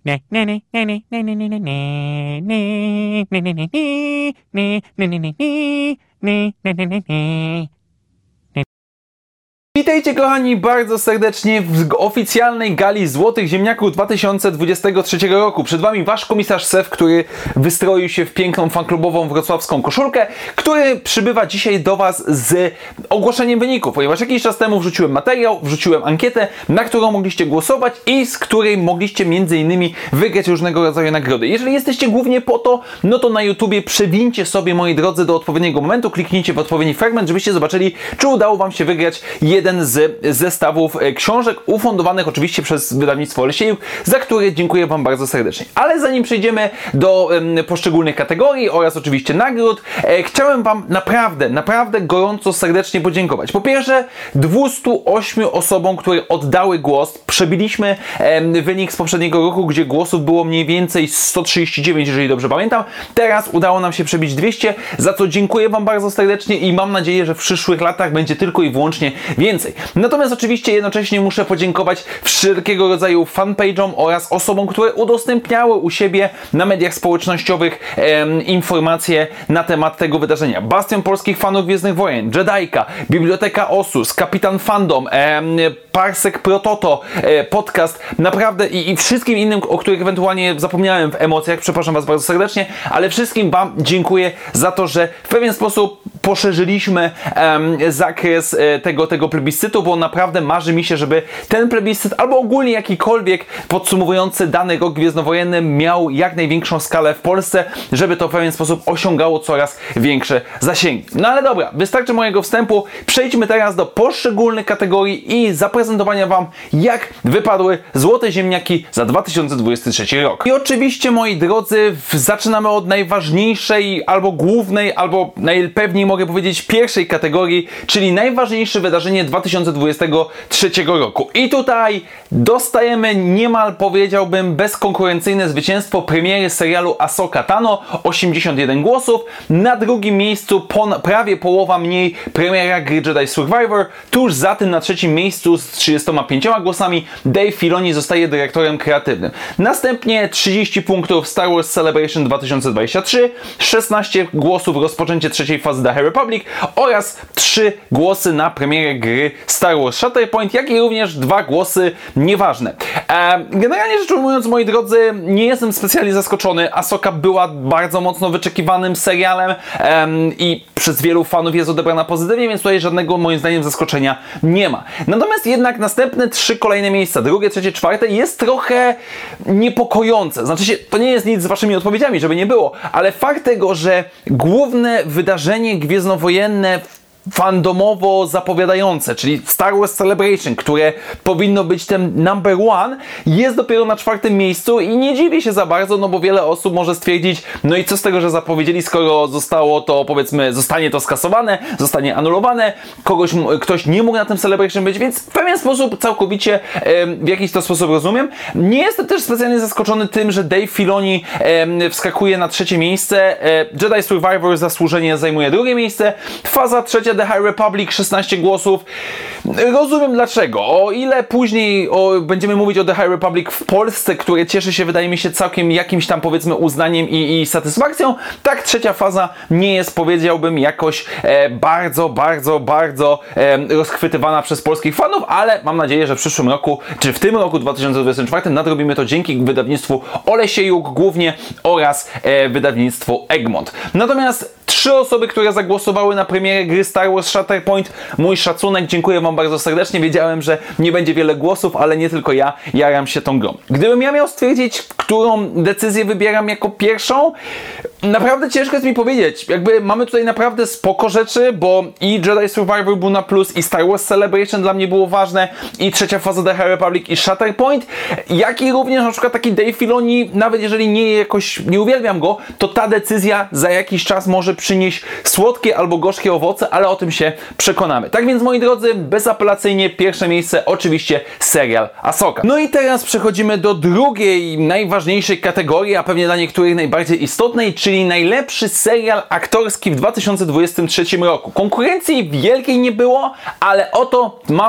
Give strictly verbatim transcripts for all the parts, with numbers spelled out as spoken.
Witajcie kochani bardzo serdecznie w oficjalnej gali Złotych Ziemniaków dwa tysiące dwudziestego trzeciego roku. Przed Wami Wasz komisarz Sef, który wystroił się w piękną fanklubową wrocławską koszulkę, który przybywa dzisiaj do Was z ogłoszeniem wyników, ponieważ jakiś czas temu wrzuciłem materiał, wrzuciłem ankietę, na którą mogliście głosować i z której mogliście między innymi wygrać różnego rodzaju nagrody. Jeżeli jesteście głównie po to, no to na YouTubie przewincie sobie, moi drodzy, do odpowiedniego momentu, kliknijcie w odpowiedni fragment, żebyście zobaczyli, czy udało Wam się wygrać jeden z zestawów książek ufundowanych oczywiście przez wydawnictwo Olesiejuk, za które dziękuję Wam bardzo serdecznie. Ale zanim przejdziemy do um, poszczególnych kategorii oraz oczywiście nagród, e, chciałem Wam naprawdę, naprawdę gorąco, serdecznie podziękować. Po pierwsze, dwustu ośmiu osobom, które oddały głos. Przebiliśmy e, wynik z poprzedniego roku, gdzie głosów było mniej więcej sto trzydzieści dziewięć, jeżeli dobrze pamiętam. Teraz udało nam się przebić dwieście, za co dziękuję Wam bardzo serdecznie i mam nadzieję, że w przyszłych latach będzie tylko i wyłącznie więcej. Natomiast oczywiście jednocześnie muszę podziękować wszelkiego rodzaju fanpage'om oraz osobom, które udostępniały u siebie na mediach społecznościowych em, informacje na temat tego wydarzenia. Bastion polskich fanów Gwiezdnych Wojen, Jedajka, Biblioteka Osus, Kapitan Fandom, em, Parsek Prototo, e, podcast, naprawdę i, i wszystkim innym, o których ewentualnie zapomniałem w emocjach, przepraszam Was bardzo serdecznie, ale wszystkim Wam dziękuję za to, że w pewien sposób poszerzyliśmy em, zakres e, tego, tego plebiscytu, bo naprawdę marzy mi się, żeby ten plebiscyt albo ogólnie jakikolwiek podsumowujący dany rok gwiezdnowojenny miał jak największą skalę w Polsce, żeby to w pewien sposób osiągało coraz większe zasięgi. No ale dobra, wystarczy mojego wstępu. Przejdźmy teraz do poszczególnych kategorii i zaprezentowania Wam, jak wypadły Złote Ziemniaki za dwa tysiące dwudziesty trzeci rok. I oczywiście, moi drodzy, zaczynamy od najważniejszej, albo głównej, albo najpewniej mogę powiedzieć pierwszej kategorii, czyli najważniejsze wydarzenie dwa tysiące dwudziestego trzeciego roku. I tutaj dostajemy niemal, powiedziałbym, bezkonkurencyjne zwycięstwo premiery serialu Ahsoka Tano, osiemdziesiąt jeden głosów. Na drugim miejscu pon- prawie połowa mniej premiera gry Jedi Survivor. Tuż za tym na trzecim miejscu z trzydziestoma pięcioma głosami Dave Filoni zostaje dyrektorem kreatywnym. Następnie trzydzieści punktów Star Wars Celebration dwa tysiące dwudziesty trzeci, szesnaście głosów rozpoczęcie trzeciej fazy The High Republic oraz trzy głosy na premierę gry Star Wars Shatterpoint, jak i również dwa głosy nieważne. E, generalnie rzecz ujmując, moi drodzy, nie jestem specjalnie zaskoczony. Ahsoka była bardzo mocno wyczekiwanym serialem e, i przez wielu fanów jest odebrana pozytywnie, więc tutaj żadnego, moim zdaniem, zaskoczenia nie ma. Natomiast jednak następne trzy kolejne miejsca, drugie, trzecie, czwarte, jest trochę niepokojące. Znaczy się, to nie jest nic z waszymi odpowiedziami, żeby nie było, ale fakt tego, że główne wydarzenie gwiezdnowojenne fandomowo zapowiadające, czyli Star Wars Celebration, które powinno być tym number one, jest dopiero na czwartym miejscu i nie dziwię się za bardzo, no bo wiele osób może stwierdzić, no i co z tego, że zapowiedzieli, skoro zostało to, powiedzmy, zostanie to skasowane, zostanie anulowane, kogoś, ktoś nie mógł na tym Celebration być, więc w pewien sposób całkowicie e, w jakiś to sposób rozumiem. Nie jestem też specjalnie zaskoczony tym, że Dave Filoni e, wskakuje na trzecie miejsce, e, Jedi Survivor zasłużenie zajmuje drugie miejsce, faza trzecia The High Republic szesnaście głosów. Rozumiem dlaczego. O ile później o, będziemy mówić o The High Republic w Polsce, które cieszy się, wydaje mi się, całkiem jakimś tam, powiedzmy, uznaniem i, i satysfakcją, tak trzecia faza nie jest, powiedziałbym, jakoś e, bardzo, bardzo, bardzo e, rozchwytywana przez polskich fanów, ale mam nadzieję, że w przyszłym roku, czy w tym roku dwa tysiące dwudziestym czwartym nadrobimy to dzięki wydawnictwu Olesiejuk głównie oraz e, wydawnictwu Egmont. Natomiast trzy osoby, które zagłosowały na premierę gry Star Wars Shatterpoint, mój szacunek, dziękuję Wam bardzo serdecznie. Wiedziałem, że nie będzie wiele głosów, ale nie tylko ja jaram się tą grą. Gdybym ja miał stwierdzić, którą decyzję wybieram jako pierwszą, naprawdę ciężko jest mi powiedzieć. Jakby mamy tutaj naprawdę spoko rzeczy, bo i Jedi Survivor był na plus, i Star Wars Celebration dla mnie było ważne, i trzecia faza The High Republic, i Shatterpoint, jak i również na przykład taki Dave Filoni, nawet jeżeli nie jakoś nie uwielbiam go, to ta decyzja za jakiś czas może przynieść słodkie albo gorzkie owoce, ale o tym się przekonamy. Tak więc, moi drodzy, bezapelacyjnie pierwsze miejsce oczywiście serial Ahsoka. No i teraz przechodzimy do drugiej, najważniejszej kategorii, a pewnie dla niektórych najbardziej istotnej, czyli najlepszy serial aktorski w dwa tysiące dwudziestym trzecim roku. Konkurencji wielkiej nie było, ale oto mamy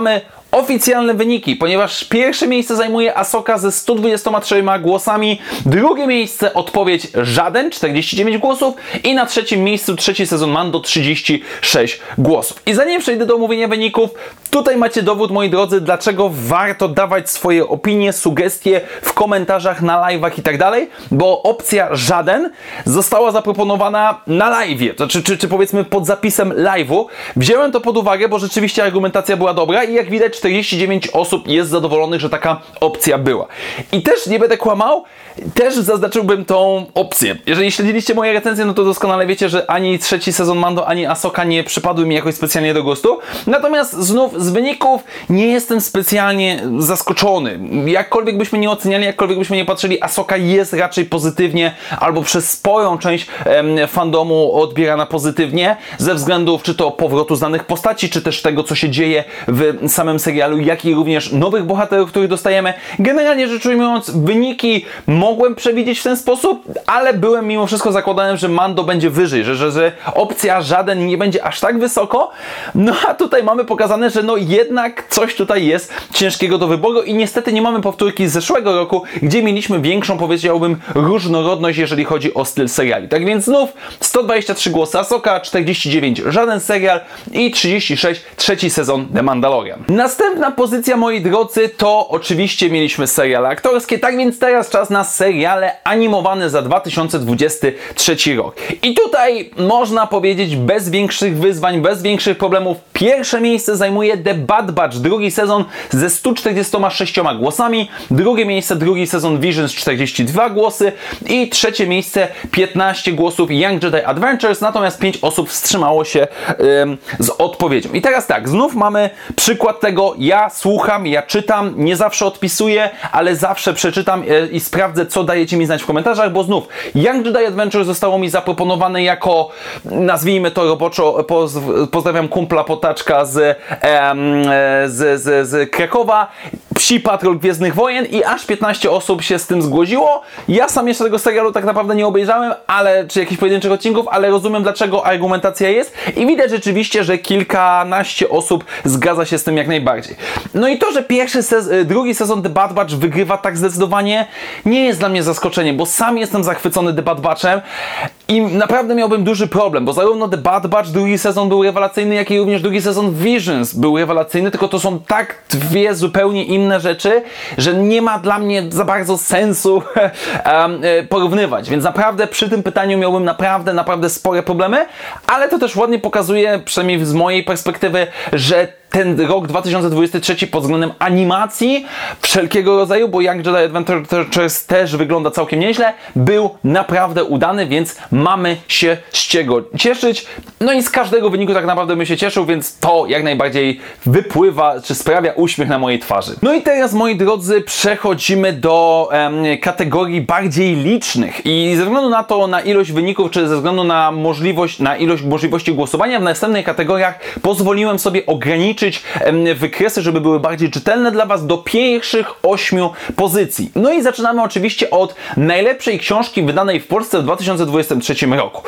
Oficjalne wyniki, ponieważ pierwsze miejsce zajmuje Ahsoka ze sto dwudziestoma trzema głosami, drugie miejsce odpowiedź żaden, czterdzieści dziewięć głosów i na trzecim miejscu trzeci sezon Mando, trzydzieści sześć głosów. I zanim przejdę do omówienia wyników, tutaj macie dowód, moi drodzy, dlaczego warto dawać swoje opinie, sugestie w komentarzach, na live'ach i tak dalej, bo opcja żaden została zaproponowana na live'ie, to czy, czy, czy powiedzmy pod zapisem live'u. Wziąłem to pod uwagę, bo rzeczywiście argumentacja była dobra i jak widać czterdzieści dziewięć osób jest zadowolonych, że taka opcja była. I też nie będę kłamał, też zaznaczyłbym tą opcję. Jeżeli śledziliście moje recenzje, no to doskonale wiecie, że ani trzeci sezon Mando, ani Ahsoka nie przypadły mi jakoś specjalnie do gustu. Natomiast znów z wyników nie jestem specjalnie zaskoczony. Jakkolwiek byśmy nie oceniali, jakkolwiek byśmy nie patrzyli, Ahsoka jest raczej pozytywnie, albo przez sporą część em, fandomu odbierana pozytywnie, ze względów czy to powrotu znanych postaci, czy też tego, co się dzieje w samym serialu, jak i również nowych bohaterów, których dostajemy. Generalnie rzecz ujmując, wyniki mogłem przewidzieć w ten sposób, ale byłem mimo wszystko zakładałem, że Mando będzie wyżej, że, że, że opcja żaden nie będzie aż tak wysoko. No a tutaj mamy pokazane, że no jednak coś tutaj jest ciężkiego do wyboru i niestety nie mamy powtórki z zeszłego roku, gdzie mieliśmy większą, powiedziałbym, różnorodność, jeżeli chodzi o styl seriali. Tak więc znów sto dwadzieścia trzy głosy Ahsoka, czterdzieści dziewięć żaden serial i trzydzieści sześć trzeci sezon The Mandalorian. Następna pozycja, moi drodzy, to oczywiście mieliśmy seriale aktorskie, tak więc teraz czas na seriale animowane za dwa tysiące dwudziesty trzeci rok. I tutaj można powiedzieć bez większych wyzwań, bez większych problemów, pierwsze miejsce zajmuje The Bad Batch, drugi sezon ze sto czterdziestoma sześcioma głosami, drugie miejsce, drugi sezon Visions, czterdzieści dwa głosy i trzecie miejsce, piętnaście głosów Young Jedi Adventures, natomiast pięć osób wstrzymało się ym, z odpowiedzią. I teraz tak, znów mamy przykład tego, ja słucham, ja czytam, nie zawsze odpisuję, ale zawsze przeczytam yy, i sprawdzę, co dajecie mi znać w komentarzach, bo znów Young Jedi Adventures zostało mi zaproponowane jako, nazwijmy to roboczo, poz, pozdrawiam kumpla Potaczka z, em, z, z, z Krakowa, Psi Patrol Gwiezdnych Wojen i aż piętnaście osób się z tym zgłosiło. Ja sam jeszcze tego serialu tak naprawdę nie obejrzałem, ale czy jakichś pojedynczych odcinków, ale rozumiem, dlaczego argumentacja jest i widać rzeczywiście, że kilkanaście osób zgadza się z tym jak najbardziej. No i to, że pierwszy sez- drugi sezon The Bad Batch wygrywa tak zdecydowanie, nie jest dla mnie zaskoczeniem, bo sam jestem zachwycony The Bad Batchem i naprawdę miałbym duży problem, bo zarówno The Bad Batch drugi sezon był rewelacyjny, jak i również drugi sezon Visions był rewelacyjny, tylko to są tak dwie zupełnie inne rzeczy, że nie ma dla mnie za bardzo sensu um, porównywać, więc naprawdę przy tym pytaniu miałbym naprawdę, naprawdę spore problemy, ale to też ładnie pokazuje, przynajmniej z mojej perspektywy, że ten rok dwa tysiące dwudziesty trzeci pod względem animacji wszelkiego rodzaju, bo Young Jedi Adventures też wygląda całkiem nieźle, był naprawdę udany, więc mamy się z czego cieszyć. No i z każdego wyniku tak naprawdę bym się cieszył, więc to jak najbardziej wypływa, czy sprawia uśmiech na mojej twarzy. No i teraz, moi drodzy, przechodzimy do em, kategorii bardziej licznych i ze względu na to, na ilość wyników, czy ze względu na możliwość, na ilość możliwości głosowania w następnych kategoriach pozwoliłem sobie ograniczyć wykresy, żeby były bardziej czytelne dla Was, do pierwszych ośmiu pozycji. No i zaczynamy oczywiście od najlepszej książki wydanej w Polsce w dwa tysiące dwudziestym trzecim roku.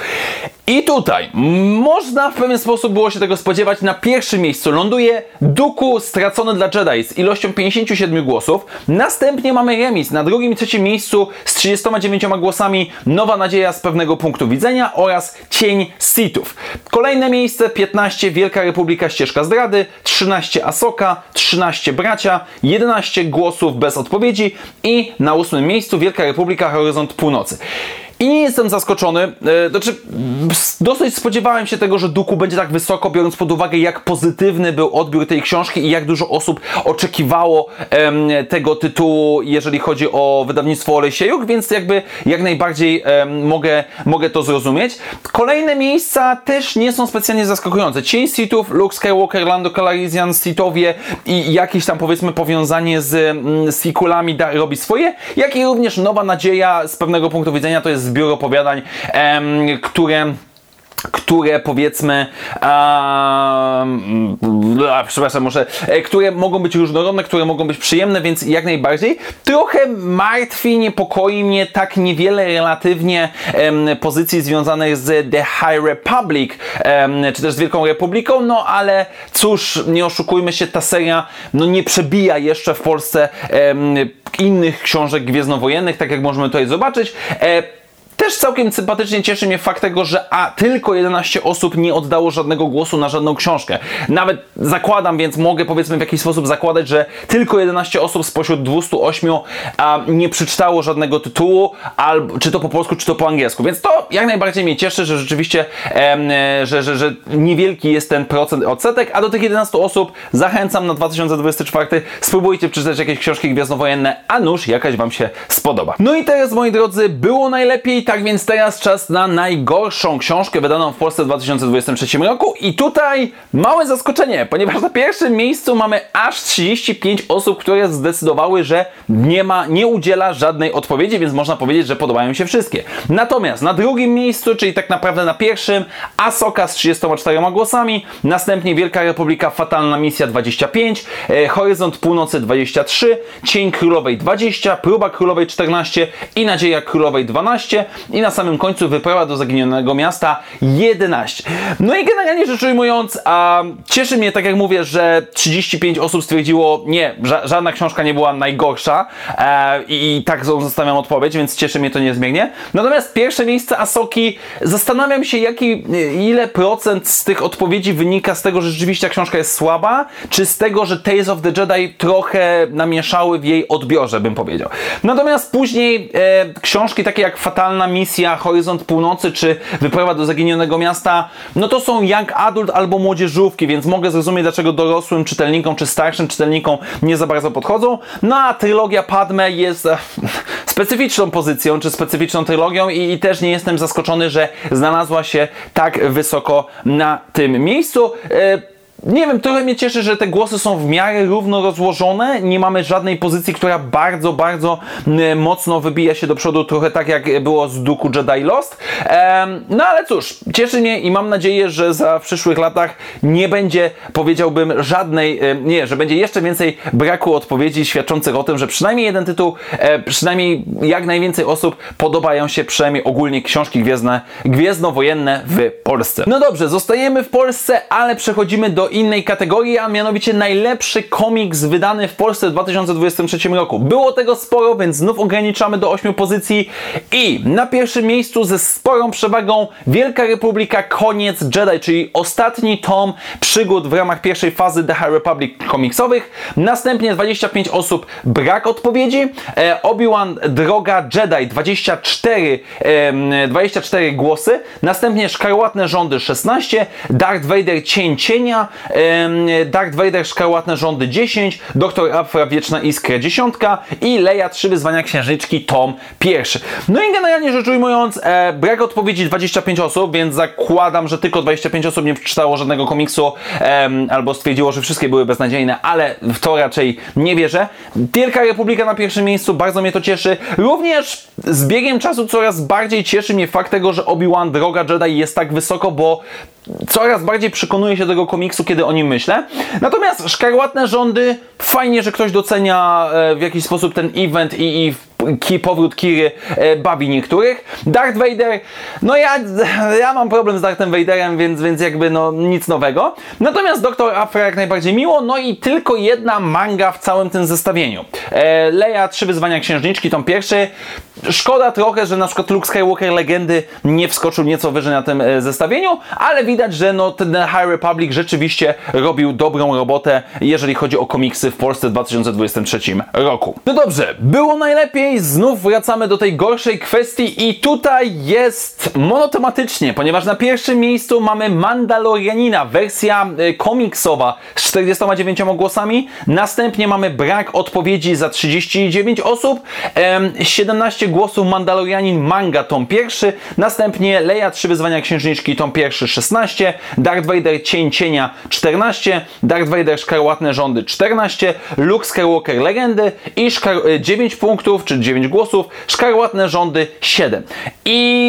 I tutaj można w pewien sposób było się tego spodziewać. Na pierwszym miejscu ląduje Dooku Stracony dla Jedi z ilością pięćdziesięciu siedmiu głosów. Następnie mamy remis na drugim i trzecim miejscu z trzydziestoma dziewięcioma głosami Nowa Nadzieja z pewnego punktu widzenia oraz Cień Sithów. Kolejne miejsce piętnaście Wielka Republika Ścieżka Zdrady, trzynaście Ahsoka, trzynaście Bracia, jedenaście głosów bez odpowiedzi i na ósmym miejscu Wielka Republika Horyzont Północy. I nie jestem zaskoczony, yy, znaczy dosyć spodziewałem się tego, że Dooku będzie tak wysoko, biorąc pod uwagę, jak pozytywny był odbiór tej książki i jak dużo osób oczekiwało yy, tego tytułu, jeżeli chodzi o wydawnictwo Olejsiejuk, więc jakby jak najbardziej yy, mogę, mogę to zrozumieć. Kolejne miejsca też nie są specjalnie zaskakujące. Cień Sithów, Luke Skywalker, Lando Calrissian, Sithowie i jakieś tam, powiedzmy, powiązanie z yy, sequelami da, robi swoje, jak i również Nowa Nadzieja z pewnego punktu widzenia to jest zbiór opowiadań, em, które które powiedzmy, a, a, przepraszam, może, które mogą być różnorodne, które mogą być przyjemne, więc jak najbardziej. Trochę martwi, niepokoi mnie tak niewiele relatywnie em, pozycji związanych z The High Republic, em, czy też z Wielką Republiką, no ale cóż, nie oszukujmy się, ta seria no, nie przebija jeszcze w Polsce em, innych książek gwiezdnowojennych, tak jak możemy tutaj zobaczyć. E, Też całkiem sympatycznie cieszy mnie fakt tego, że a tylko jedenaście osób nie oddało żadnego głosu na żadną książkę. Nawet zakładam, więc mogę powiedzmy w jakiś sposób zakładać, że tylko jedenaście osób spośród dwustu ośmiu a, nie przeczytało żadnego tytułu, albo, czy to po polsku, czy to po angielsku. Więc to jak najbardziej mnie cieszy, że rzeczywiście em, że, że, że niewielki jest ten procent odsetek, a do tych jedenastu osób zachęcam na dwa tysiące dwudziesty czwarty. Spróbujcie przeczytać jakieś książki gwiezdnowojenne, a nuż jakaś wam się spodoba. No i teraz, moi drodzy, było najlepiej. Tak więc teraz czas na najgorszą książkę wydaną w Polsce w dwa tysiące dwudziestym trzecim roku i tutaj małe zaskoczenie, ponieważ na pierwszym miejscu mamy aż trzydzieści pięć osób, które zdecydowały, że nie ma, nie udziela żadnej odpowiedzi, więc można powiedzieć, że podobają się wszystkie. Natomiast na drugim miejscu, czyli tak naprawdę na pierwszym, Ahsoka z trzydziestoma czterema głosami, następnie Wielka Republika Fatalna Misja dwadzieścia pięć, e, Horyzont Północy dwadzieścia trzy, Cień Królowej dwadzieścia, Próba Królowej czternaście i Nadzieja Królowej dwanaście. I na samym końcu Wyprawa do Zaginionego Miasta jedenaście. No i generalnie rzecz ujmując, a cieszy mnie, tak jak mówię, że trzydzieści pięć osób stwierdziło, nie, ża żadna książka nie była najgorsza e, i, i tak zostawiam odpowiedź, więc cieszy mnie to niezmiernie. Natomiast pierwsze miejsce Ahsoki, zastanawiam się, jaki, ile procent z tych odpowiedzi wynika z tego, że rzeczywiście ta książka jest słaba, czy z tego, że Tales of the Jedi trochę namieszały w jej odbiorze, bym powiedział. Natomiast później e, książki takie jak Fatalna Misja, Horyzont Północy czy Wyprawa do Zaginionego Miasta, no to są young adult albo młodzieżówki, więc mogę zrozumieć, dlaczego dorosłym czytelnikom czy starszym czytelnikom nie za bardzo podchodzą. No a trylogia Padme jest e, specyficzną pozycją, czy specyficzną trylogią i, i też nie jestem zaskoczony, że znalazła się tak wysoko na tym miejscu. E, Nie wiem, trochę mnie cieszy, że te głosy są w miarę równo rozłożone. Nie mamy żadnej pozycji, która bardzo, bardzo e, mocno wybija się do przodu, trochę tak jak było z Dooku Jedi Lost. E, no ale cóż, cieszy mnie i mam nadzieję, że za w przyszłych latach nie będzie, powiedziałbym, żadnej, e, nie, że będzie jeszcze więcej braku odpowiedzi świadczących o tym, że przynajmniej jeden tytuł, e, przynajmniej jak najwięcej osób podobają się przynajmniej ogólnie książki gwiezdne, gwiezdnowojenne w Polsce. No dobrze, zostajemy w Polsce, ale przechodzimy do innej kategorii, a mianowicie najlepszy komiks wydany w Polsce w dwa tysiące dwudziestym trzecim roku. Było tego sporo, więc znów ograniczamy do ośmiu pozycji i na pierwszym miejscu ze sporą przewagą Wielka Republika Koniec Jedi, czyli ostatni tom przygód w ramach pierwszej fazy The High Republic komiksowych. Następnie dwadzieścia pięć osób, brak odpowiedzi. E, Obi-Wan Droga Jedi dwadzieścia cztery, e, dwadzieścia cztery głosy. Następnie Szkarłatne Rządy szesnaście, Darth Vader Cień Cienia, Darth Vader Szkarłatne Rządy dziesięć, Doktor Aphra Wieczna Iskra dziesięć i Leia Trzy Wyzwania Księżniczki tom pierwszy. No i generalnie rzecz ujmując, e, brak odpowiedzi dwadzieścia pięć osób, więc zakładam, że tylko dwadzieścia pięć osób nie przeczytało żadnego komiksu e, albo stwierdziło, że wszystkie były beznadziejne, ale w to raczej nie wierzę. Wielka Republika na pierwszym miejscu, bardzo mnie to cieszy. Również z biegiem czasu coraz bardziej cieszy mnie fakt tego, że Obi-Wan Droga Jedi jest tak wysoko, bo coraz bardziej przekonuję się do tego komiksu, kiedy o nim myślę. Natomiast Szkarłatne Rządy, fajnie, że ktoś docenia e, w jakiś sposób ten event i, i ki, powrót Kiry e, bawi niektórych. Darth Vader, no ja, ja mam problem z Darthem Vaderem, więc, więc jakby no nic nowego. Natomiast Doktor Aphra jak najbardziej miło, no i tylko jedna manga w całym tym zestawieniu. E, Leia Trzy Wyzwania Księżniczki, tom pierwszy. Szkoda trochę, że na przykład Luke Skywalker Legendy nie wskoczył nieco wyżej na tym e, zestawieniu, ale widać, że no, ten High Republic rzeczywiście robił dobrą robotę, jeżeli chodzi o komiksy w Polsce w dwa tysiące dwudziestym trzecim roku. No dobrze, było najlepiej, znów wracamy do tej gorszej kwestii i tutaj jest monotematycznie, ponieważ na pierwszym miejscu mamy Mandalorianina, wersja y, komiksowa z czterdziestoma dziewięcioma głosami, następnie mamy brak odpowiedzi za trzydzieści dziewięć osób, em, siedemnaście głosów Mandalorianin manga tom pierwszy, następnie Leia Trzy Wyzwania Księżniczki tom pierwszy szesnaście, Darth Vader Cień Cienia czternaście, Darth Vader Szkarłatne Rządy czternaście, Luke Skywalker Legendy i dziewięć punktów, czy dziewięć głosów, Szkarłatne Rządy siedem. I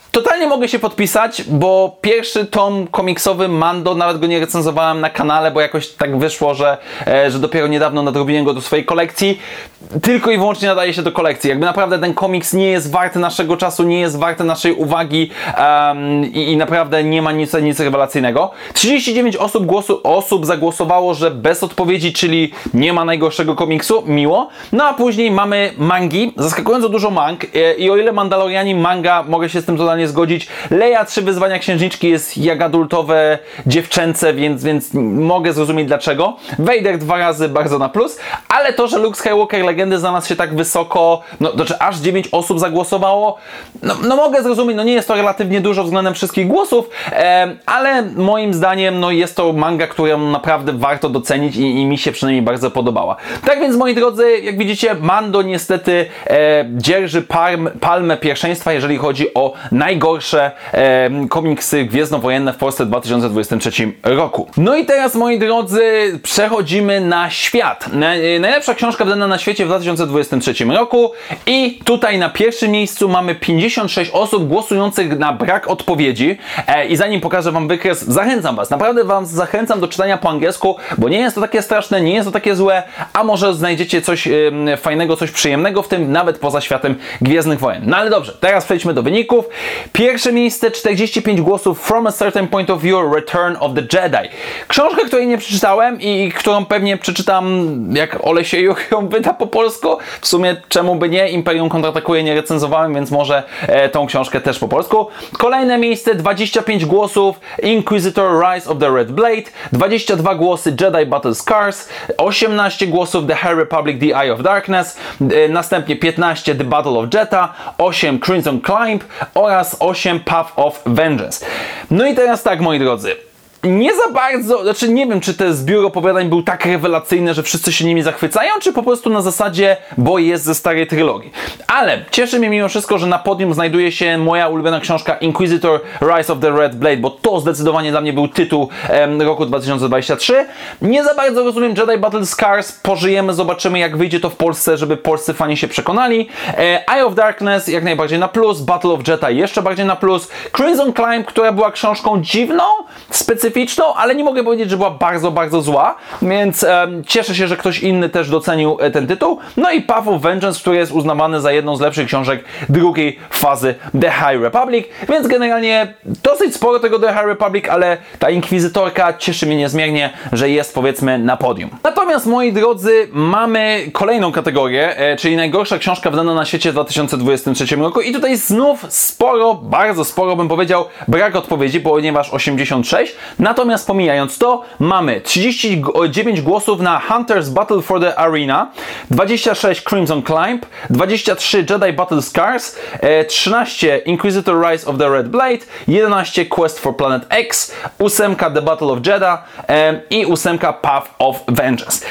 Totalnie mogę się podpisać, bo pierwszy tom komiksowy Mando, nawet go nie recenzowałem na kanale, bo jakoś tak wyszło, że, e, że dopiero niedawno nadrobiłem go do swojej kolekcji. Tylko i wyłącznie nadaje się do kolekcji. Jakby naprawdę ten komiks nie jest warty naszego czasu, nie jest warty naszej uwagi um, i, i naprawdę nie ma nic, nic rewelacyjnego. trzydzieści dziewięć osób, głosu, osób zagłosowało, że bez odpowiedzi, czyli nie ma najgorszego komiksu, miło. No a później mamy mangi, zaskakująco dużo mang e, i o ile Mandalorianin manga, mogę się z tym totalnie zgodzić, Leia trzy wyzwania księżniczki jest jak adultowe, dziewczęce, więc, więc mogę zrozumieć dlaczego. Vader dwa razy bardzo na plus, ale to, że Luke Skywalker Legendy znalazł się tak wysoko, no to czy aż dziewięć osób zagłosowało, no, no mogę zrozumieć, no nie jest to relatywnie dużo względem wszystkich głosów, e, ale moim zdaniem no jest to manga, którą naprawdę warto docenić i, i mi się przynajmniej bardzo podobała. Tak więc moi drodzy, jak widzicie, Mando niestety e, dzierży palm, palmę pierwszeństwa, jeżeli chodzi o najgorsze e, komiksy gwiezdnowojenne w Polsce w dwa tysiące dwudziestym trzecim roku. No i teraz moi drodzy, przechodzimy na świat. Na, e, najlepsza książka wydana na świecie w dwa tysiące dwudziestym trzecim roku i tutaj na pierwszym miejscu mamy pięćdziesiąt sześć osób głosujących na brak odpowiedzi e, i zanim pokażę wam wykres, zachęcam was, naprawdę wam zachęcam do czytania po angielsku, bo nie jest to takie straszne, nie jest to takie złe, a może znajdziecie coś e, fajnego, coś przyjemnego w tym, nawet poza światem Gwiezdnych Wojen. No ale dobrze, teraz przejdźmy do wyników. Pierwsze miejsce, czterdzieści pięć głosów, From a Certain Point of View, Return of the Jedi. Książkę, której nie przeczytałem i którą pewnie przeczytam, jak Olesiejuch ją wyda po polsku. W sumie czemu by nie? Imperium kontratakuje nie recenzowałem, więc może e, tą książkę też po polsku. Kolejne miejsce, dwadzieścia pięć głosów, Inquisitor Rise of the Red Blade, dwadzieścia dwa głosy, Jedi Battle Scars, osiemnaście głosów, The High Republic, The Eye of Darkness, e, następnie piętnaście, The Battle of Jedha, osiem, Crimson Climb oraz osiem, Path of Vengeance. No i teraz tak, moi drodzy. Nie za bardzo, znaczy nie wiem, czy ten zbiór opowiadań był tak rewelacyjny, że wszyscy się nimi zachwycają, czy po prostu na zasadzie, bo jest ze starej trylogii. Ale cieszy mnie mimo wszystko, że na podium znajduje się moja ulubiona książka Inquisitor Rise of the Red Blade, bo to zdecydowanie dla mnie był tytuł em, roku dwa tysiące dwudziestego trzeciego. Nie za bardzo rozumiem Jedi Battle Scars, pożyjemy, zobaczymy jak wyjdzie to w Polsce, żeby polscy fani się przekonali. E, Eye of Darkness jak najbardziej na plus, Battle of Jedha jeszcze bardziej na plus, Crimson Climb, która była książką dziwną, specyficzną, ale nie mogę powiedzieć, że była bardzo, bardzo zła, więc e, cieszę się, że ktoś inny też docenił e, ten tytuł. No i Path of Vengeance, który jest uznawany za jedną z lepszych książek drugiej fazy The High Republic, więc generalnie dosyć sporo tego The High Republic, ale ta Inkwizytorka cieszy mnie niezmiernie, że jest powiedzmy na podium. Natomiast moi drodzy, mamy kolejną kategorię, e, czyli najgorsza książka wydana na świecie w dwa tysiące dwudziestym trzecim roku i tutaj znów sporo, bardzo sporo bym powiedział, brak odpowiedzi, ponieważ osiemdziesiąt sześć. Natomiast pomijając to, mamy trzydzieści dziewięć głosów na Hunter's Battle for the Arena, dwadzieścia sześć Crimson Climb, dwadzieścia trzy Jedi Battle Scars, trzynaście Inquisitor Rise of the Red Blade, jedenaście Quest for Planet X, osiem The Battle of Jedha i osiem Path of Vengeance.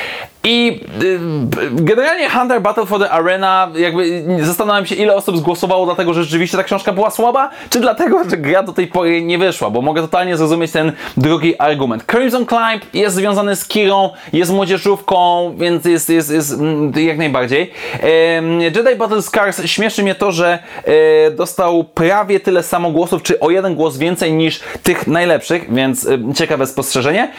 I y, generalnie Hunter Battle for the Arena, jakby zastanawiam się, ile osób zgłosowało dlatego, że rzeczywiście ta książka była słaba, czy dlatego, że gra do tej pory nie wyszła, bo mogę totalnie zrozumieć ten drugi argument. Crimson Climb jest związany z Kirą, jest młodzieżówką, więc jest, jest, jest jak najbardziej. Ehm, Jedi Battle Scars, śmieszy mnie to, że e, dostał prawie tyle samo głosów, czy o jeden głos więcej niż tych najlepszych, więc e, ciekawe spostrzeżenie.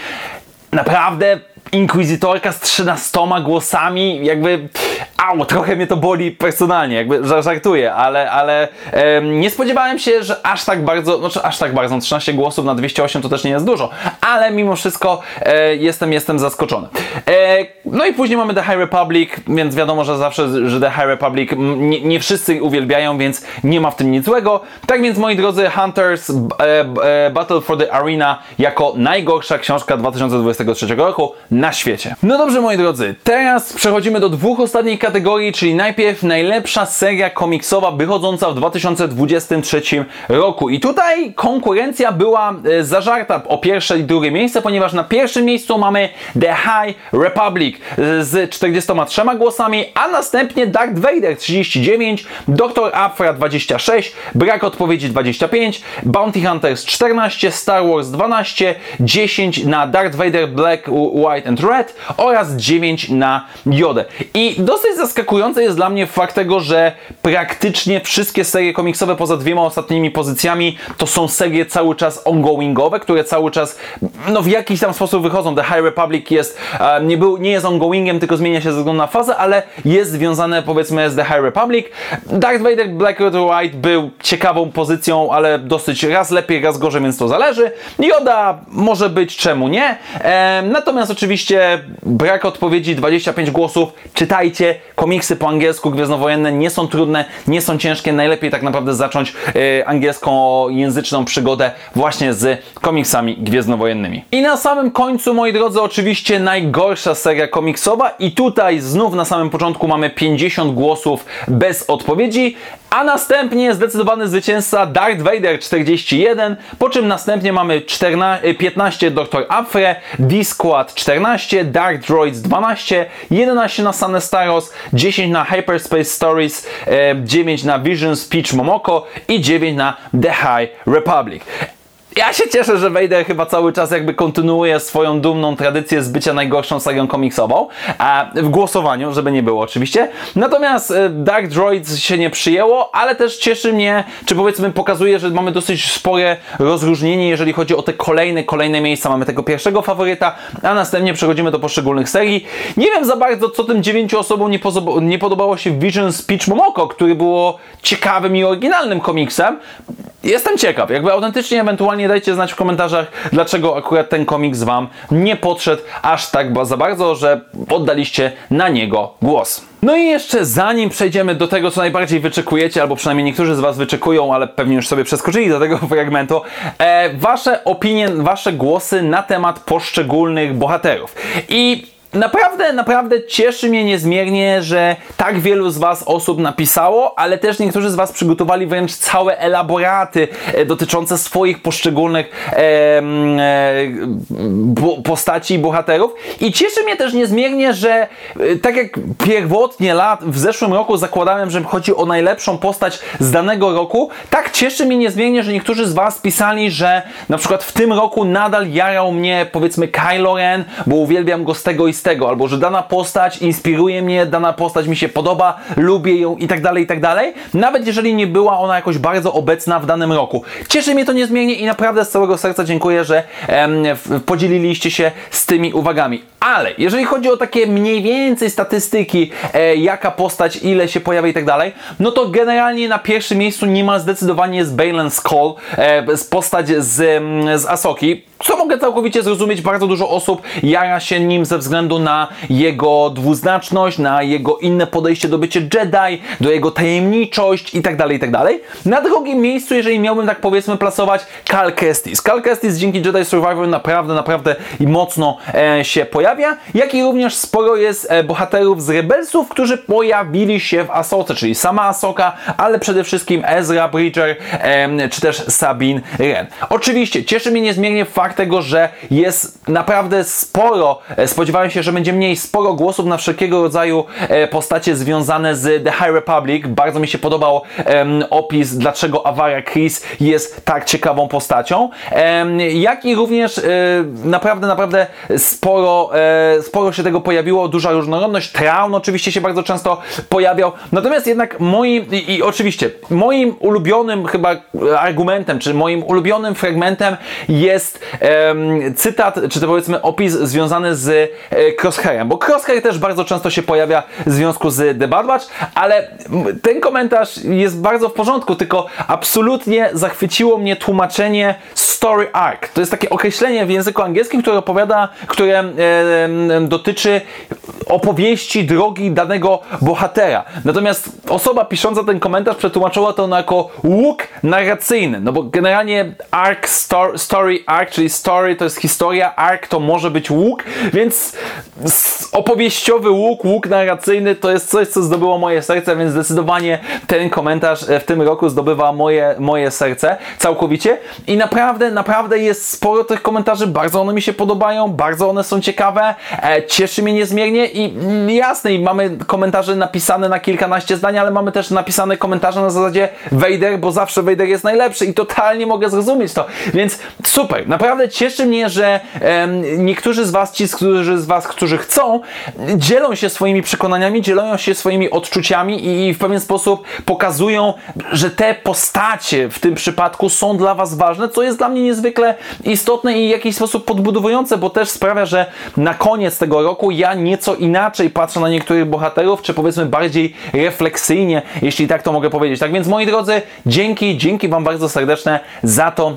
Naprawdę Inkwizytorka z trzynastoma głosami, jakby au, trochę mnie to boli personalnie, jakby żartuję, ale, ale e, nie spodziewałem się, że aż tak bardzo, znaczy aż tak bardzo, trzynaście głosów na dwieście osiem to też nie jest dużo, ale mimo wszystko e, jestem, jestem zaskoczony. E, no i później mamy The High Republic, więc wiadomo, że zawsze, że The High Republic nie, nie wszyscy uwielbiają, więc nie ma w tym nic złego. Tak więc moi drodzy, Hunters e, e, Battle for the Arena jako najgorsza książka dwa tysiące dwudziestego trzeciego roku na świecie. No dobrze moi drodzy, teraz przechodzimy do dwóch ostatnich kategorii, czyli najpierw najlepsza seria komiksowa wychodząca w dwa tysiące dwudziestym trzecim roku. I tutaj konkurencja była e, zażarta o pierwsze i drugie miejsce, ponieważ na pierwszym miejscu mamy The High Republic e, z czterdziestoma trzema głosami, a następnie Darth Vader trzydzieści dziewięć, doktor Aphra dwadzieścia sześć, Brak odpowiedzi dwadzieścia pięć, Bounty Hunters czternaście, Star Wars dwanaście, dziesięć na Darth Vader Black, White and Red oraz dziewięć na Jodę. I dosyć Dosyć zaskakujące jest dla mnie fakt tego, że praktycznie wszystkie serie komiksowe poza dwiema ostatnimi pozycjami to są serie cały czas ongoingowe, które cały czas no, w jakiś tam sposób wychodzą. The High Republic jest, e, nie, był, nie jest ongoingiem, tylko zmienia się ze względu na fazę, ale jest związane powiedzmy z The High Republic. Darth Vader Black Red White był ciekawą pozycją, ale dosyć raz lepiej, raz gorzej, więc to zależy. Yoda może być, czemu nie. E, natomiast oczywiście brak odpowiedzi, dwadzieścia pięć głosów. Czytajcie komiksy po angielsku gwiezdnowojenne, nie są trudne, nie są ciężkie. Najlepiej tak naprawdę zacząć e, angielskojęzyczną przygodę właśnie z komiksami gwiezdnowojennymi. I na samym końcu, moi drodzy, oczywiście najgorsza seria komiksowa i tutaj znów na samym początku mamy pięćdziesiąt głosów bez odpowiedzi, a następnie zdecydowany zwycięzca Darth Vader czterdzieści jeden, po czym następnie mamy czternaście, piętnaście doktor Aphra, D-Squad czternaście, Dark Droids dwanaście, jedenaście na Sanestaros, dziesięć na Hyperspace Stories, dziewięć na Vision Speech Momoko i dziewięć na The High Republic. Ja się cieszę, że Vader chyba cały czas jakby kontynuuje swoją dumną tradycję z bycia najgorszą serią komiksową, a w głosowaniu, żeby nie było oczywiście. Natomiast Dark Droids się nie przyjęło, ale też cieszy mnie, czy powiedzmy pokazuje, że mamy dosyć spore rozróżnienie, jeżeli chodzi o te kolejne, kolejne miejsca. Mamy tego pierwszego faworyta, a następnie przechodzimy do poszczególnych serii. Nie wiem za bardzo, co tym dziewięciu osobom nie, nie podobało się w Vision Speech Momoko, który było ciekawym i oryginalnym komiksem. Jestem ciekaw, jakby autentycznie ewentualnie dajcie znać w komentarzach, dlaczego akurat ten komiks wam nie podszedł aż tak za bardzo, że oddaliście na niego głos. No i jeszcze zanim przejdziemy do tego, co najbardziej wyczekujecie, albo przynajmniej niektórzy z was wyczekują, ale pewnie już sobie przeskoczyli do tego fragmentu, e, wasze opinie, wasze głosy na temat poszczególnych bohaterów. I Naprawdę, naprawdę cieszy mnie niezmiernie, że tak wielu z was osób napisało, ale też niektórzy z was przygotowali wręcz całe elaboraty e, dotyczące swoich poszczególnych e, e, bo, postaci i bohaterów. I cieszy mnie też niezmiernie, że e, tak jak pierwotnie lat w zeszłym roku zakładałem, że chodzi o najlepszą postać z danego roku, tak cieszy mnie niezmiernie, że niektórzy z was pisali, że na przykład w tym roku nadal jarał mnie powiedzmy Kylo Ren, bo uwielbiam go z tego i z tego, albo że dana postać inspiruje mnie, dana postać mi się podoba, lubię ją i tak dalej, i tak dalej. Nawet jeżeli nie była ona jakoś bardzo obecna w danym roku. Cieszy mnie to niezmiernie i naprawdę z całego serca dziękuję, że em, podzieliliście się z tymi uwagami. Ale jeżeli chodzi o takie mniej więcej statystyki, e, jaka postać, ile się pojawia i tak dalej, no to generalnie na pierwszym miejscu niemal zdecydowanie jest Baylan Skoll, e, postać z, z Asoki, co mogę całkowicie zrozumieć. Bardzo dużo osób jara się nim ze względu na jego dwuznaczność, na jego inne podejście do bycia Jedi, do jego tajemniczość i tak dalej, i tak dalej. Na drugim miejscu, jeżeli miałbym tak powiedzmy plasować, Cal Kestis. Cal Kestis dzięki Jedi Survivor naprawdę, naprawdę i mocno e, się pojawia, jak i również sporo jest e, bohaterów z Rebelsów, którzy pojawili się w Asoce, czyli sama Asoka, ale przede wszystkim Ezra Bridger, e, czy też Sabine Wren. Oczywiście cieszy mnie niezmiernie fakt tego, że jest naprawdę sporo, e, spodziewałem się, że będzie mniej, sporo głosów na wszelkiego rodzaju e, postacie związane z The High Republic. Bardzo mi się podobał e, opis, dlaczego Avarra Kriss jest tak ciekawą postacią, e, jak i również e, naprawdę, naprawdę sporo, e, sporo się tego pojawiło, duża różnorodność. Traun oczywiście się bardzo często pojawiał, natomiast jednak moim, i, i oczywiście moim ulubionym chyba argumentem, czy moim ulubionym fragmentem jest e, cytat, czy to powiedzmy opis związany z e, Crosshairem, bo Crosshair też bardzo często się pojawia w związku z The Bad Batch, ale ten komentarz jest bardzo w porządku, tylko absolutnie zachwyciło mnie tłumaczenie story arc. To jest takie określenie w języku angielskim, które opowiada, które e, e, dotyczy opowieści, drogi danego bohatera. Natomiast osoba pisząca ten komentarz przetłumaczyła to jako łuk narracyjny, no bo generalnie arc, story, story arc, czyli story to jest historia, arc to może być łuk, więc opowieściowy łuk, łuk narracyjny to jest coś, co zdobyło moje serce, więc zdecydowanie ten komentarz w tym roku zdobywa moje, moje serce całkowicie i naprawdę naprawdę, naprawdę jest sporo tych komentarzy, bardzo one mi się podobają, bardzo one są ciekawe, e, cieszy mnie niezmiernie i mm, jasne, i mamy komentarze napisane na kilkanaście zdań, ale mamy też napisane komentarze na zasadzie Vader, bo zawsze Vader jest najlepszy i totalnie mogę zrozumieć to, więc super, naprawdę cieszy mnie, że e, niektórzy z was, ci którzy z was, którzy chcą, dzielą się swoimi przekonaniami, dzielą się swoimi odczuciami i w pewien sposób pokazują, że te postacie w tym przypadku są dla was ważne, co jest dla mnie niezwykle istotne i w jakiś sposób podbudowujące, bo też sprawia, że na koniec tego roku ja nieco inaczej patrzę na niektórych bohaterów, czy powiedzmy bardziej refleksyjnie, jeśli tak to mogę powiedzieć. Tak więc moi drodzy, dzięki, dzięki wam bardzo serdeczne za to,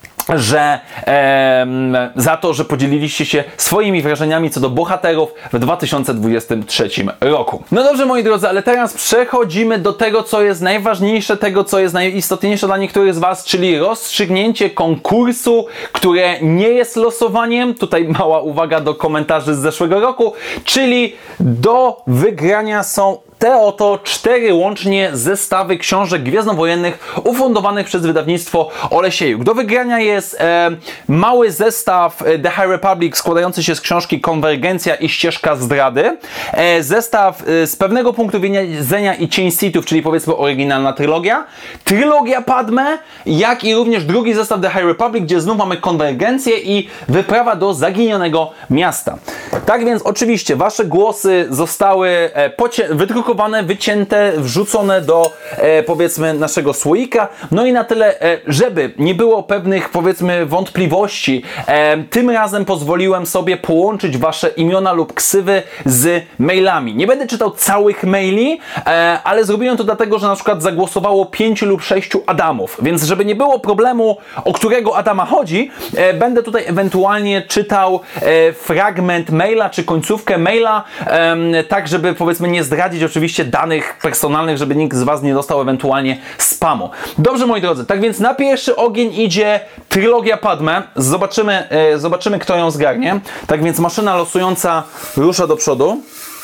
że e, za to, że podzieliliście się swoimi wrażeniami co do bohaterów w dwa tysiące dwudziestym trzecim roku. No dobrze, moi drodzy, ale teraz przechodzimy do tego, co jest najważniejsze, tego, co jest najistotniejsze dla niektórych z was, czyli rozstrzygnięcie konkursu, które nie jest losowaniem. Tutaj mała uwaga do komentarzy z zeszłego roku, czyli do wygrania są te oto cztery łącznie zestawy książek gwiezdnowojennych ufundowanych przez wydawnictwo Olesiejuk. Do wygrania jest e, mały zestaw The High Republic składający się z książki Konwergencja i Ścieżka Zdrady. E, zestaw e, z pewnego punktu widzenia i Cień Sithów, czyli powiedzmy oryginalna trylogia. Trylogia Padme, jak i również drugi zestaw The High Republic, gdzie znów mamy Konwergencję i Wyprawa do Zaginionego Miasta. Tak więc oczywiście wasze głosy zostały e, wydrukowane, wycięte, wrzucone do e, powiedzmy naszego słoika. No i na tyle, e, żeby nie było pewnych powiedzmy wątpliwości, e, tym razem pozwoliłem sobie połączyć wasze imiona lub ksywy z mailami. Nie będę czytał całych maili, e, ale zrobiłem to dlatego, że na przykład zagłosowało pięciu lub sześciu Adamów, więc żeby nie było problemu, o którego Adama chodzi, e, będę tutaj ewentualnie czytał e, fragment maila, czy końcówkę maila, e, tak żeby powiedzmy nie zdradzić oczywiście danych personalnych, żeby nikt z was nie dostał ewentualnie spamu. Dobrze, moi drodzy, tak więc na pierwszy ogień idzie trylogia Padme. Zobaczymy, e, zobaczymy kto ją zgarnie. Tak więc maszyna losująca rusza do przodu.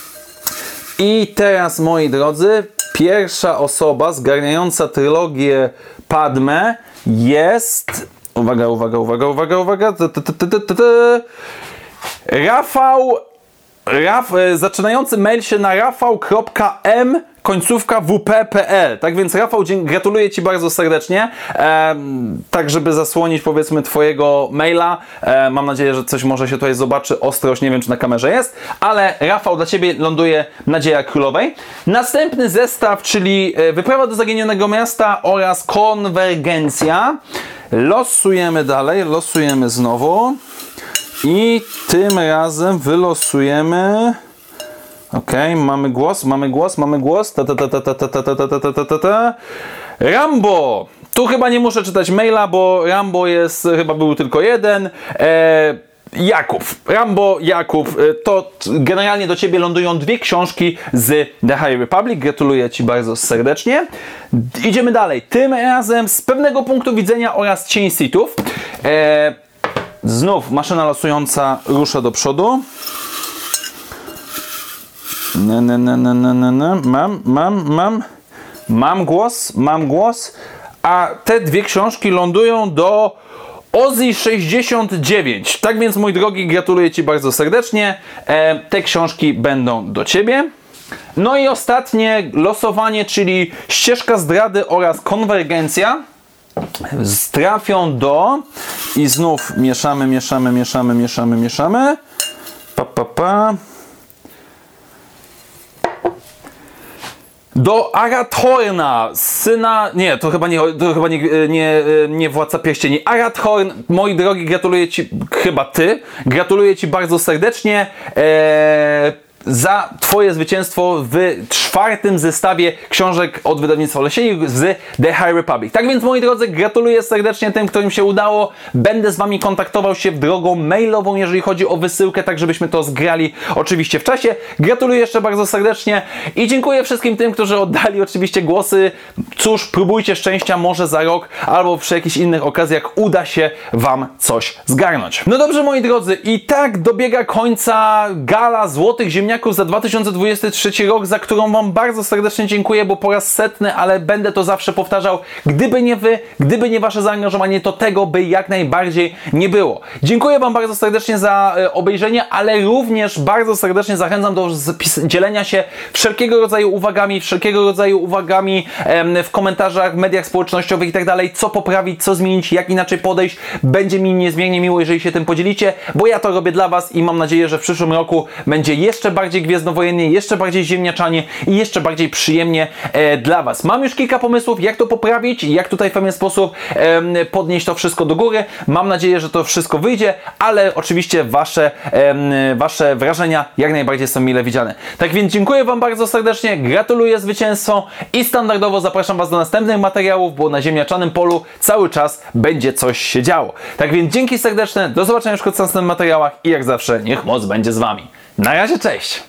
I teraz, moi drodzy, pierwsza osoba zgarniająca trylogię Padme jest... Uwaga, uwaga, uwaga, uwaga, uwaga. Rafał... Raf, zaczynający mail się na rafał kropka m końcówka w p kropka p l. Tak więc Rafał, gratuluję ci bardzo serdecznie. E, tak, żeby zasłonić powiedzmy twojego maila. E, mam nadzieję, że coś może się tutaj zobaczy. Ostrość, nie wiem czy na kamerze jest, ale Rafał, dla ciebie ląduje Nadzieja Królowej. Następny zestaw, czyli Wyprawa do Zaginionego Miasta oraz Konwergencja. Losujemy dalej, losujemy znowu. I tym razem wylosujemy... Ok, mamy głos, mamy głos, mamy głos. Ta, ta, ta, ta, ta, ta, ta, ta, ta, ta, ta, ta. Rambo! Tu chyba nie muszę czytać maila, bo Rambo jest, chyba był tylko jeden. E, Jakub. Rambo, Jakub. To generalnie do ciebie lądują dwie książki z The High Republic. Gratuluję ci bardzo serdecznie. Idziemy dalej. Tym razem z pewnego punktu widzenia oraz Cień Sithów. E, Znów maszyna losująca rusza do przodu. Ne, ne, ne, ne, ne, ne, ne. Mam, mam, mam. Mam głos, mam głos. A te dwie książki lądują do Ozzy sześćdziesiąt dziewięć. Tak więc, mój drogi, gratuluję ci bardzo serdecznie. E, te książki będą do ciebie. No i ostatnie losowanie, czyli Ścieżka Zdrady oraz Konwergencja. Trafią do i znów mieszamy, mieszamy, mieszamy, mieszamy, mieszamy. Pa, pa, pa. Do Arathorna, syna... Nie, to chyba nie, to chyba nie, nie, nie Władca Pierścieni. Arathorn, moi drogi, gratuluję ci, chyba ty, gratuluję ci bardzo serdecznie. Eee... za twoje zwycięstwo w czwartym zestawie książek od wydawnictwa Olesiejuk z The High Republic. Tak więc, moi drodzy, gratuluję serdecznie tym, którym się udało. Będę z wami kontaktował się drogą mailową, jeżeli chodzi o wysyłkę, tak żebyśmy to zgrali oczywiście w czasie. Gratuluję jeszcze bardzo serdecznie i dziękuję wszystkim tym, którzy oddali oczywiście głosy. Cóż, próbujcie szczęścia, może za rok albo przy jakichś innych okazjach uda się wam coś zgarnąć. No dobrze, moi drodzy, i tak dobiega końca gala Złotych Ziemniaków ziemniaków za dwa tysiące dwudziesty trzeci rok, za którą Wam bardzo serdecznie dziękuję, bo po raz setny, ale będę to zawsze powtarzał, gdyby nie Wy, gdyby nie Wasze zaangażowanie, to tego by jak najbardziej nie było. Dziękuję Wam bardzo serdecznie za e, obejrzenie, ale również bardzo serdecznie zachęcam do dzielenia się wszelkiego rodzaju uwagami, wszelkiego rodzaju uwagami e, w komentarzach, w mediach społecznościowych i tak dalej, co poprawić, co zmienić, jak inaczej podejść. Będzie mi niezmiernie miło, jeżeli się tym podzielicie, bo ja to robię dla Was i mam nadzieję, że w przyszłym roku będzie jeszcze bardziej gwiezdnowojennie, jeszcze bardziej ziemniaczanie i jeszcze bardziej przyjemnie e, dla Was. Mam już kilka pomysłów, jak to poprawić, jak tutaj w pewien sposób e, podnieść to wszystko do góry. Mam nadzieję, że to wszystko wyjdzie, ale oczywiście Wasze, e, wasze wrażenia jak najbardziej są mile widziane. Tak więc dziękuję Wam bardzo serdecznie, gratuluję zwycięstwa i standardowo zapraszam Was do następnych materiałów, bo na ziemniaczanym polu cały czas będzie coś się działo. Tak więc dzięki serdeczne, do zobaczenia już w następnych materiałach i jak zawsze niech moc będzie z Wami. Na razie, cześć!